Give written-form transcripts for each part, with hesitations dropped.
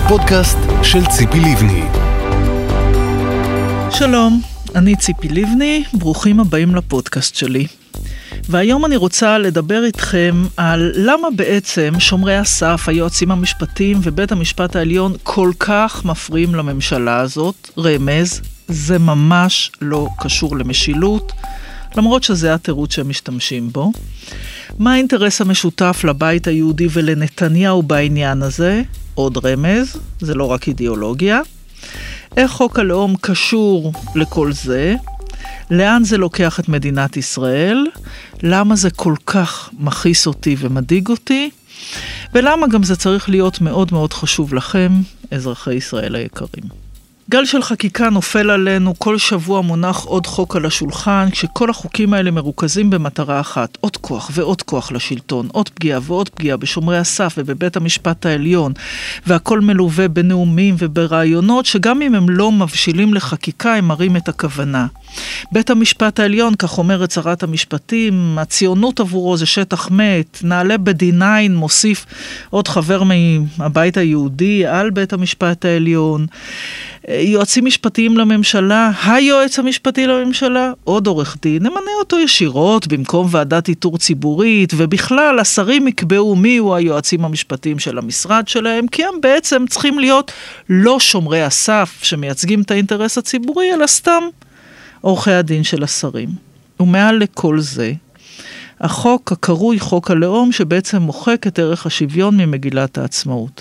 הפודקאסט של ציפי לבני. שלום, אני ציפי לבני, ברוכים הבאים לפודקאסט שלי. והיום אני רוצה לדבר איתכם על למה בעצם שומרי הסף, היועצים המשפטיים ובית המשפט העליון כל כך מפריעים לממשלה הזאת. רמז, זה ממש לא קשור למשילות, למרות שזה התירוץ שהם משתמשים בו. מה האינטרס המשותף לבית היהודי ולנתניהו בעניין הזה? עוד רמז, זה לא רק אידיאולוגיה. איך חוק הלאום קשור לכל זה? לאן זה לוקח את מדינת ישראל? למה זה כל כך מכעיס אותי ומדאיג אותי? ולמה גם זה צריך להיות מאוד מאוד חשוב לכם, אזרחי ישראל היקרים. גל של חקיקה נופל עלינו, כל שבוע מונח עוד חוק על השולחן, כשכל החוקים האלה מרוכזים במטרה אחת, עוד כוח ועוד כוח לשלטון, עוד פגיעה ועוד פגיעה בשומרי הסף ובבית המשפט העליון, והכל מלווה בנאומים וברעיונות, שגם אם הם לא מבשילים לחקיקה, הם מראים את הכוונה. בית המשפט העליון, כך אומרת שרת המשפטים, הציונות עבורו זה שטח מת, נעלה בדיניין, מוסיף עוד חבר מהבית היהודי על בית המשפט העליון, יועצים משפטיים לממשלה, היועץ המשפטי לממשלה, עוד עורך דין, נמנה אותו ישירות במקום ועדת איתור ציבורית, ובכלל השרים יקבעו מיהו היועצים המשפטיים של המשרד שלהם, כי הם בעצם צריכים להיות לא שומרי הסף שמייצגים את האינטרס הציבורי, אלא סתם עורכי הדין של השרים. ומעל לכל זה, החוק הקרוי חוק הלאום, שבעצם מוחק את ערך השוויון ממגילת העצמאות.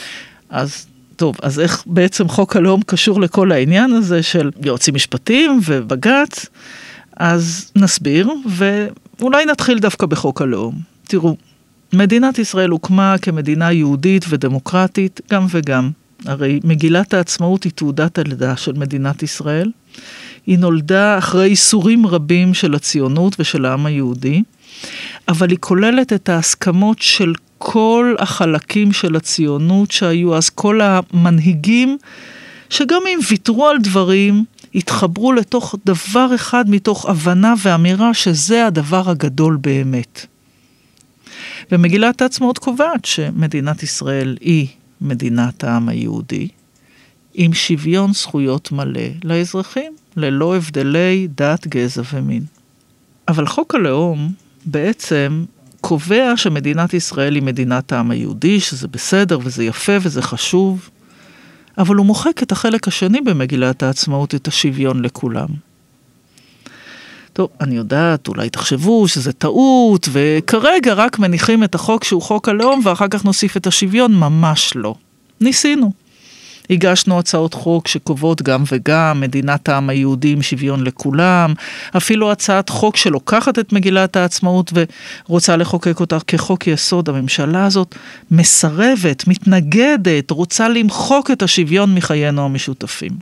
אז איך בעצם חוק הלאום קשור לכל העניין הזה של יועצים משפטיים ובג"ץ? אז נסביר, ואולי נתחיל דווקא בחוק הלאום. תראו, מדינת ישראל הוקמה כמדינה יהודית ודמוקרטית, גם וגם. הרי מגילת העצמאות היא תעודת הלידה של מדינת ישראל. היא נולדה אחרי איסורים רבים של הציונות ושל העם היהודי, אבל היא כוללת את ההסכמות של כל החלקים של הציונות שהיו אז, כל המנהיגים, שגם אם ויתרו על דברים, התחברו לתוך דבר אחד מתוך הבנה ואמירה שזה הדבר הגדול באמת. ומגילת העצמאות קובעת שמדינת ישראל היא מדינת העם היהודי, עם שוויון זכויות מלא לאזרחים, ללא הבדלי דת, גזע ומין. אבל חוק הלאום בעצם קובע שמדינת ישראל היא מדינת העם היהודי, שזה בסדר וזה יפה וזה חשוב, אבל הוא מוחק את החלק השני במגילת העצמאות, את השוויון לכולם. טוב, אני יודעת, אולי תחשבו שזה טעות, וכרגע רק מניחים את החוק שהוא חוק הלאום, ואחר כך נוסיף את השוויון, ממש לא. ניסינו. הגשנו הצעות חוק שקובעות גם וגם, מדינת העם היהודי עם שוויון לכולם, אפילו הצעת חוק שלוקחת את מגילת העצמאות ורוצה לחוקק אותה כחוק יסוד. הממשלה הזאת מסרבת, מתנגדת, רוצה למחוק את השוויון מחיינו המשותפים.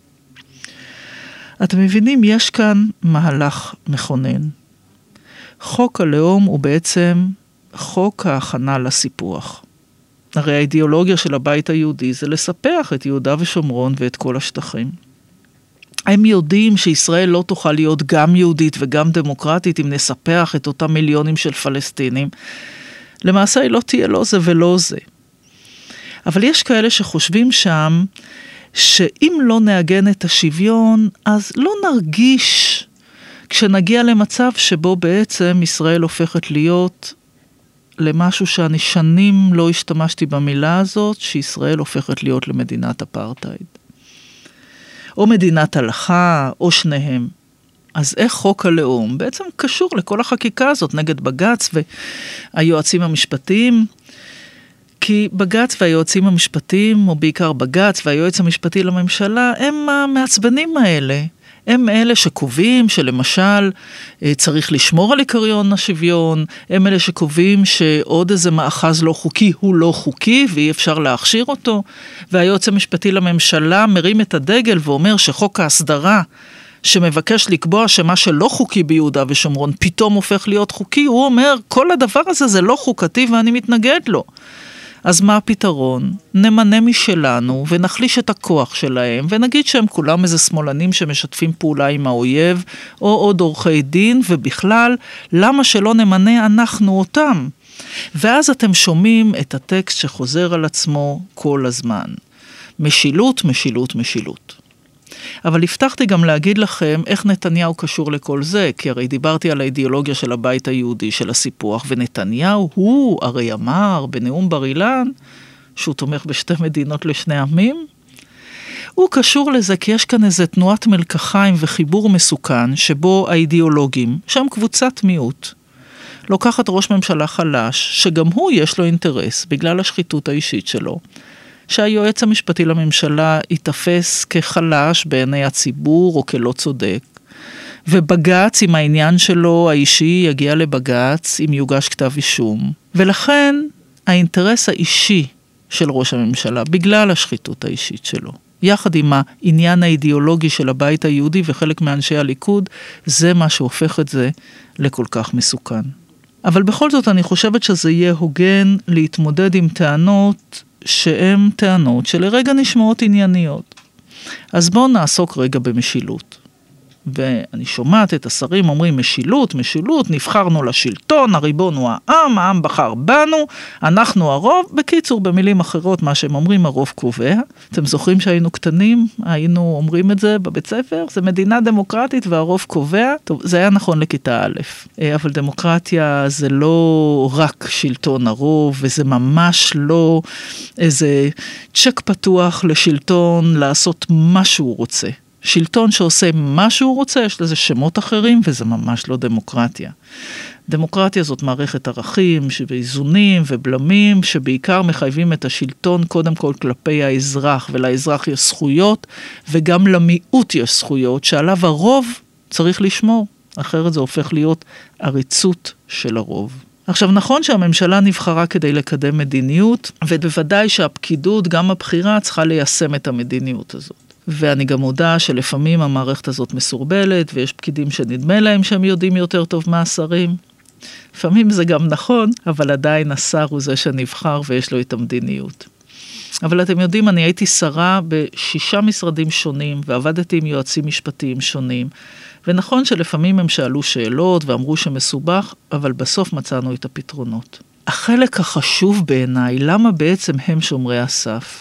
אתם מבינים, יש כאן מהלך מכונן. חוק הלאום הוא בעצם חוק ההכנה לסיפוח. הרי האידיאולוגיה של הבית היהודי זה לספח את יהודה ושומרון ואת כל השטחים. הם יודעים שישראל לא תוכל להיות גם יהודית וגם דמוקרטית אם נספח את אותם מיליונים של פלסטינים. למעשה היא לא תהיה לא זה ולא זה. אבל יש כאלה שחושבים שם שאם לא נעגן את השוויון, אז לא נרגיש כשנגיע למצב שבו בעצם ישראל הופכת להיות למשהו שאני שנים לא השתמשתי במילה הזאת, שישראל הופכת להיות למדינת אפרטהייד. או מדינת הלכה, או שניהם. אז איך חוק הלאום בעצם קשור לכל החקיקה הזאת נגד בג"ץ והיועצים המשפטיים? כי בג"ץ והיועצים המשפטיים, או בעיקר בג"ץ והיועץ המשפטי לממשלה, הם המעצבנים האלה. הם אלה שקובעים שלמשל צריך לשמור על עקרון השוויון, הם אלה שקובעים שעוד איזה מאחז לא חוקי הוא לא חוקי ואי אפשר להכשיר אותו, והיועץ המשפטי לממשלה מרים את הדגל ואומר שחוק ההסדרה שמבקש לקבוע שמה שלא חוקי ביהודה ושומרון פתאום הופך להיות חוקי, הוא אומר כל הדבר הזה זה לא חוקתי ואני מתנגד לו. אז מה הפתרון? נמנה משלנו ונחליש את הכוח שלהם ונגיד שהם כולם איזה שמאלנים שמשתפים פעולה עם האויב או עוד עורכי דין, ובכלל למה שלא נמנה אנחנו אותם? ואז אתם שומעים את הטקסט שחוזר על עצמו כל הזמן. משילות, משילות, משילות. אבל הבטחתי גם להגיד לכם איך נתניהו קשור לכל זה, כי הרי דיברתי על האידיאולוגיה של הבית היהודי, של הסיפוח, ונתניהו הוא הרי אמר בנאום בר אילן, שהוא תומך בשתי מדינות לשני עמים, הוא קשור לזה כי יש כאן איזה תנועת מלקחיים וחיבור מסוכן, שבו האידיאולוגים, שהם קבוצת מיעוט, לוקחת ראש ממשלה חלש, שגם הוא יש לו אינטרס, בגלל השחיתות האישית שלו, שהיועץ המשפטי לממשלה יתפס כחלש בעיני הציבור או כלא צודק, ובגץ עם העניין שלו האישי יגיע לבגץ אם יוגש כתב אישום. ולכן האינטרס האישי של ראש הממשלה, בגלל השחיתות האישית שלו, יחד עם העניין האידיאולוגי של הבית היהודי וחלק מאנשי הליכוד, זה מה שהופך את זה לכל כך מסוכן. אבל בכל זאת אני חושבת שזה יהיה הוגן להתמודד עם טענות שהן טענות שלרגע נשמעות ענייניות. אז בואו נעסוק רגע במשילות. ואני שומעת את השרים אומרים משילות, משילות, נבחרנו לשלטון, הריבון הוא העם בחר בנו, אנחנו הרוב. בקיצור, במילים אחרות, מה שהם אומרים, הרוב קובע. אתם זוכרים שהיינו קטנים, היינו אומרים את זה בבית ספר, זה מדינה דמוקרטית והרוב קובע. טוב, זה היה נכון לכיתה א', אבל דמוקרטיה זה לא רק שלטון הרוב, וזה ממש לא איזה צ'ק פתוח לשלטון לעשות מה שהוא רוצה. שלטון שעושה מה שהוא רוצה, יש לזה שמות אחרים, וזה ממש לא דמוקרטיה. דמוקרטיה זאת מערכת ערכים, ואיזונים ובלמים, שבעיקר מחייבים את השלטון קודם כל כלפי האזרח, ולאזרח יש זכויות, וגם למיעוט יש זכויות, שעליו הרוב צריך לשמור, אחרת זה הופך להיות עריצות של הרוב. עכשיו נכון שהממשלה נבחרה כדי לקדם מדיניות, ובוודאי שהפקידות, גם הבחירה, צריכה ליישם את המדיניות הזאת. ואני גם מודע שלפעמים המערכת הזאת מסורבלת, ויש פקידים שנדמה להם שהם יודעים יותר טוב מהשרים. לפעמים זה גם נכון, אבל עדיין השר הוא זה שנבחר ויש לו את המדיניות. אבל אתם יודעים, אני הייתי שרה ב6 משרדים שונים, ועבדתי עם יועצים משפטיים שונים, ונכון שלפעמים הם שאלו שאלות ואמרו שמסובך, אבל בסוף מצאנו את הפתרונות. החלק החשוב בעיניי, למה בעצם הם שומרי הסף?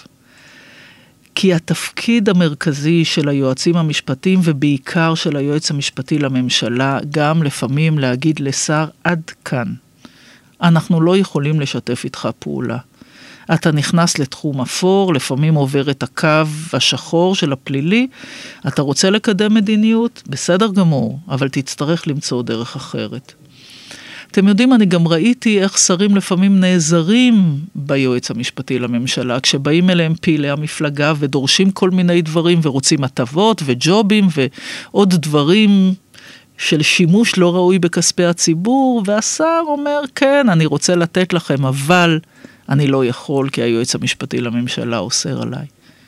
כי התפקיד המרכזי של היועצים המשפטיים, ובעיקר של היועץ המשפטי לממשלה, גם לפעמים להגיד לשר עד כאן. אנחנו לא יכולים לשתף איתך פעולה. אתה נכנס לתחום אפור, לפעמים עובר את הקו השחור של הפלילי, אתה רוצה לקדם מדיניות? בסדר גמור, אבל תצטרך למצוא דרך אחרת. אתם יודעים, אני גם ראיתי איך שרים לפעמים נעזרים ביועץ המשפטי לממשלה, כשבאים אליהם פעילי המפלגה ודורשים כל מיני דברים, ורוצים הטבות וג'ובים ועוד דברים של שימוש לא ראוי בכספי הציבור, והשר אומר, כן, אני רוצה לתת לכם, אבל אני לא יכול, כי היועץ המשפטי לממשלה אוסר עליי.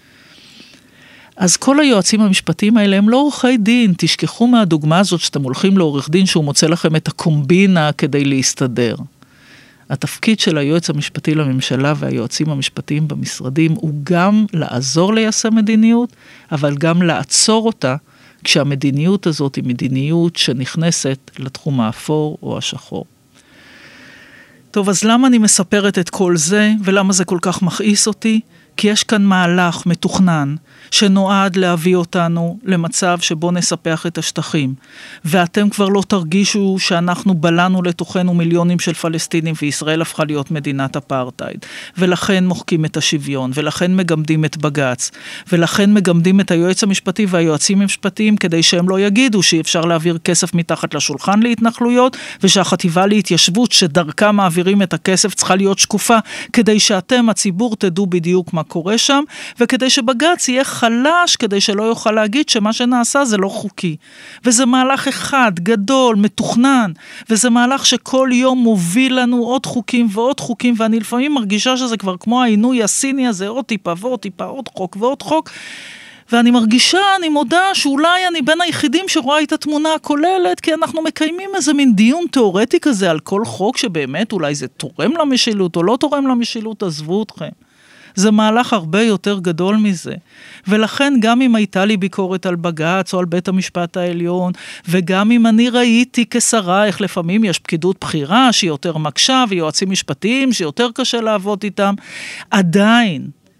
אז כל היועצים המשפטיים האלה הם לא עורכי דין, תשכחו מהדוגמה הזאת שאתם הולכים לעורך דין שהוא מוצא לכם את הקומבינה כדי להסתדר. התפקיד של היועץ המשפטי לממשלה והיועצים המשפטיים במשרדים הוא גם לעזור ליישם מדיניות, אבל גם לעצור אותה כשהמדיניות הזאת היא מדיניות שנכנסת לתחום האפור או השחור. טוב, אז למה אני מספרת את כל זה ולמה זה כל כך מכעיס אותי? כי יש כאן מהלך מתוכנן שנועד להביא אותנו למצב שבו נספח את השטחים. ואתם כבר לא תרגישו שאנחנו בלנו לתוכנו מיליונים של פלסטינים וישראל הפכה להיות מדינת אפרטייד. ולכן מוחקים את השוויון, ולכן מגמדים את בגץ, ולכן מגמדים את היועץ המשפטי והיועצים המשפטיים כדי שהם לא יגידו שאפשר להעביר כסף מתחת לשולחן להתנחלויות, ושהחטיבה להתיישבות שדרכה מעבירים את הכסף צריכה להיות שקופה, כדי שאתם, הציבור, תדעו בדיוק מה קורה שם, וכדי שבגץ יהיה חלש, כדי שלא יוכל להגיד שמה שנעשה זה לא חוקי. וזה מהלך אחד, גדול, מתוכנן, וזה מהלך שכל יום מוביל לנו עוד חוקים ועוד חוקים, ואני לפעמים מרגישה שזה כבר כמו העינוי הסיני הזה, עוד טיפה ועוד טיפה, עוד חוק ועוד חוק, ואני מרגישה, אני מודה שאולי אני בין היחידים שרואה את התמונה הכוללת, כי אנחנו מקיימים איזה מין דיון תיאורטי כזה על כל חוק שבאמת אולי זה תורם למשילות או לא תורם למשילות, עזבו אתכם. זה מהלך הרבה יותר גדול מזה. ולכן גם אם הייתה לי ביקורת על בג"ץ או על בית המשפט העליון, וגם אם אני ראיתי כשרה איך לפעמים יש פקידות בחירה שהיא יותר מקשה, ויועצים משפטיים שיותר קשה לעבוד איתם, עדיין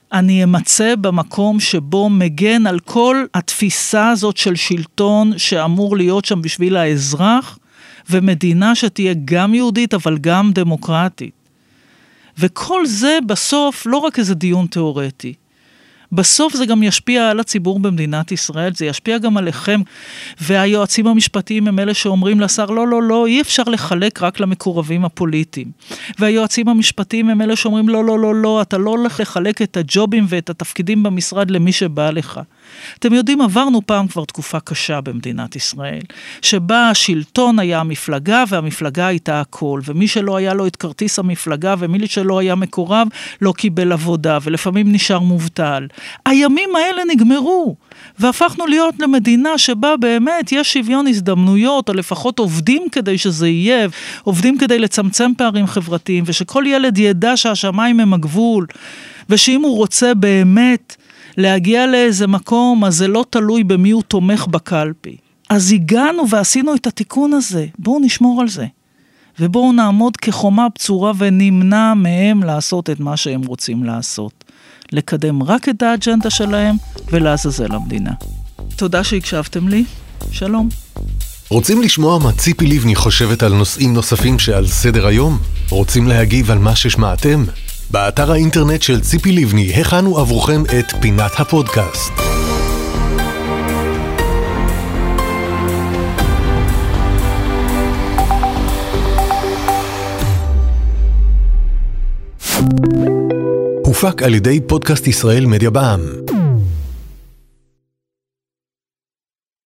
אני אמצא במקום שבו מגן על כל התפיסה הזאת של שלטון שאמור להיות שם בשביל האזרח, ומדינה שתהיה גם יהודית אבל גם דמוקרטית. וכל זה בסוף לא רק איזה דיון תיאורטי. בסוף זה גם ישפיע על הציבור במדינת ישראל, זה ישפיע גם עליכם, והיועצים המשפטיים הם אלה שאומרים לשר, לא, לא, לא, אי אפשר לחלק רק למקורבים הפוליטיים. והיועצים המשפטיים הם אלה שאומרים, לא, לא, לא, לא, אתה לא הולך לחלק את הג'ובים ואת התפקידים במשרד למי שבא לך. אתם יודעים, עברנו פעם כבר תקופה קשה במדינת ישראל, שבה השלטון היה המפלגה והמפלגה הייתה הכל, ומי שלא היה לו את כרטיס המפלגה ומי שלא היה מקורב לא קיבל עבודה, ולפעמים נשאר מובטל. הימים האלה נגמרו, והפכנו להיות למדינה שבה באמת יש שוויון הזדמנויות, או לפחות עובדים כדי שזה יהיה, עובדים כדי לצמצם פערים חברתיים, ושכל ילד ידע שהשמיים הם הגבול, ושאם הוא רוצה באמת להגיע לאיזה מקום, אז זה לא תלוי במי הוא תומך בקלפי. אז הגענו ועשינו את התיקון הזה, בואו נשמור על זה. ובואו נעמוד כחומה בצורה ונמנע מהם לעשות את מה שהם רוצים לעשות. לקדם רק את האג'נדה שלהם ולעזאזל המדינה. תודה שהקשבתם לי, שלום. רוצים לשמוע מה ציפי לבני חושבת על נושאים נוספים שעל סדר היום? רוצים להגיב על מה ששמעתם? באתר האינטרנט של ציפי לבני הכנו עבורכם את פינת הפודקאסט. הופק על ידי פודקאסט ישראל מדיה בע"מ.